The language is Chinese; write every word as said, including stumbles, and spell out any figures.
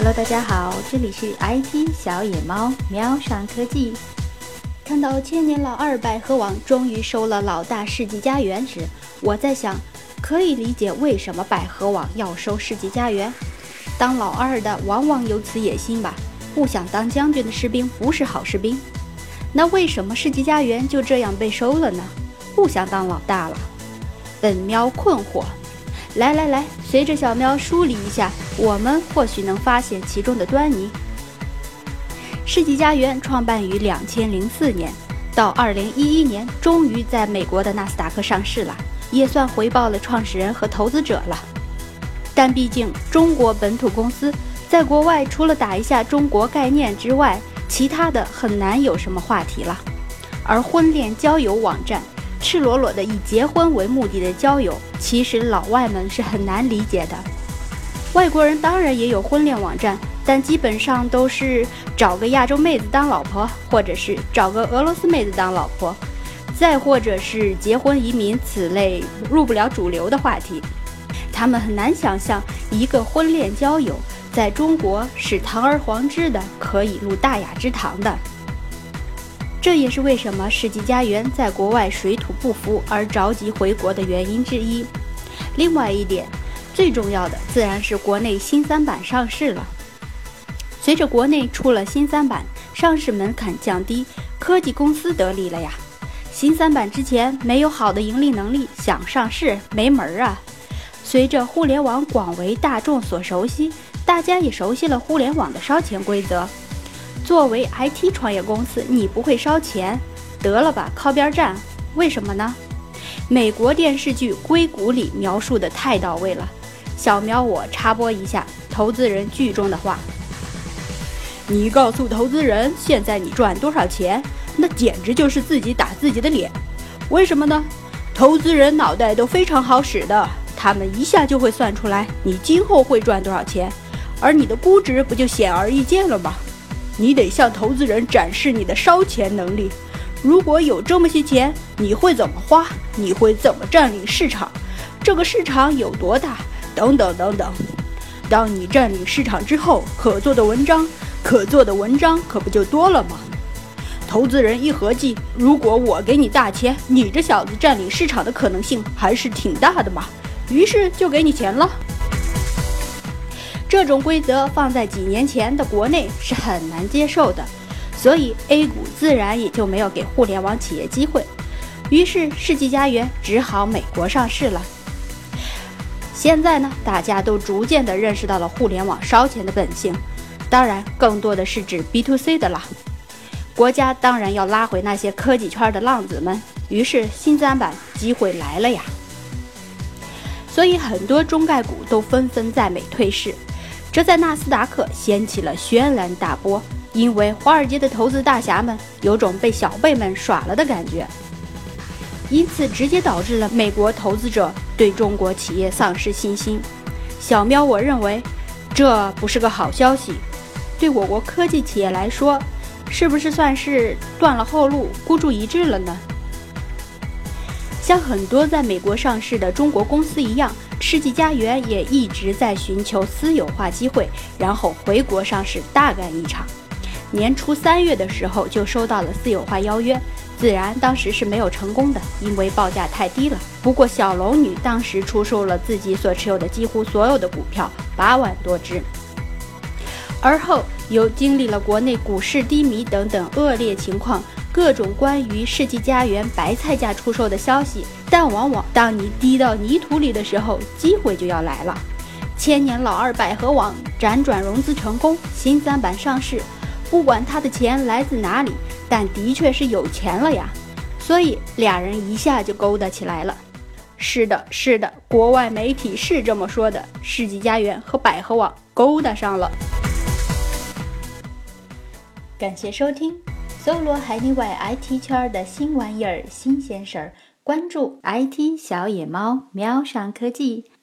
Hello， 大家好，这里是 I T 小野猫喵上科技。看到千年老二百合网终于收了老大世纪佳缘时，我在想，可以理解为什么百合网要收世纪佳缘。当老二的往往有此野心吧，不想当将军的士兵不是好士兵。那为什么世纪佳缘就这样被收了呢？不想当老大了。本喵困惑。来来来，随着小喵梳理一下，我们或许能发现其中的端倪。世纪佳缘创办于两千零四年，到二零一一年终于在美国的纳斯达克上市了，也算回报了创始人和投资者了。但毕竟中国本土公司在国外除了打一下中国概念之外，其他的很难有什么话题了。而婚恋交友网站赤裸裸的以结婚为目的的交友，其实老外们是很难理解的。外国人当然也有婚恋网站，但基本上都是找个亚洲妹子当老婆，或者是找个俄罗斯妹子当老婆，再或者是结婚移民，此类入不了主流的话题。他们很难想象一个婚恋交友在中国是堂而皇之的，可以入大雅之堂的。这也是为什么世纪佳缘在国外水土不服而着急回国的原因之一。另外一点，最重要的自然是国内新三板上市了。随着国内出了新三板，上市门槛降低，科技公司得利了呀。新三板之前没有好的盈利能力，想上市没门啊。随着互联网广为大众所熟悉，大家也熟悉了互联网的烧钱规则。作为 I T 创业公司，你不会烧钱，得了吧，靠边站。为什么呢？美国电视剧《硅谷》里描述的太到位了。小苗我插播一下投资人剧中的话：你告诉投资人现在你赚多少钱，那简直就是自己打自己的脸。为什么呢？投资人脑袋都非常好使的，他们一下就会算出来你今后会赚多少钱，而你的估值不就显而易见了吗？你得向投资人展示你的烧钱能力。如果有这么些钱，你会怎么花？你会怎么占领市场？这个市场有多大？等等等等。当你占领市场之后，可做的文章，可做的文章可不就多了吗？投资人一合计，如果我给你大钱，你这小子占领市场的可能性还是挺大的嘛。于是就给你钱了。这种规则放在几年前的国内是很难接受的，所以 A 股自然也就没有给互联网企业机会，于是世纪佳缘只好美国上市了。现在呢，大家都逐渐地认识到了互联网烧钱的本性，当然更多的是指 B to C 的啦。国家当然要拉回那些科技圈的浪子们，于是新三板机会来了呀。所以很多中概股都纷纷在美退市，这在纳斯达克掀起了轩然大波，因为华尔街的投资大侠们有种被小辈们耍了的感觉，因此直接导致了美国投资者对中国企业丧失信心。小喵我认为这不是个好消息，对我国科技企业来说，是不是算是断了后路，孤注一掷了呢？像很多在美国上市的中国公司一样，世纪佳缘也一直在寻求私有化机会，然后回国上市大干一场。年初三月的时候就收到了私有化邀约，自然当时是没有成功的，因为报价太低了。不过小龙女当时出售了自己所持有的几乎所有的股票，八万多只。而后又经历了国内股市低迷等等恶劣情况，各种关于世纪佳缘白菜价出售的消息，但往往当你滴到泥土里的时候，机会就要来了。千年老二百合网辗转融资成功，新三板上市，不管他的钱来自哪里，但的确是有钱了呀，所以俩人一下就勾搭起来了。是的是的，国外媒体是这么说的，世纪佳缘和百合网勾搭上了。感谢收听，搜罗海内外 I T 圈的新玩意儿、新鲜事儿，关注 I T 小野猫喵上科技。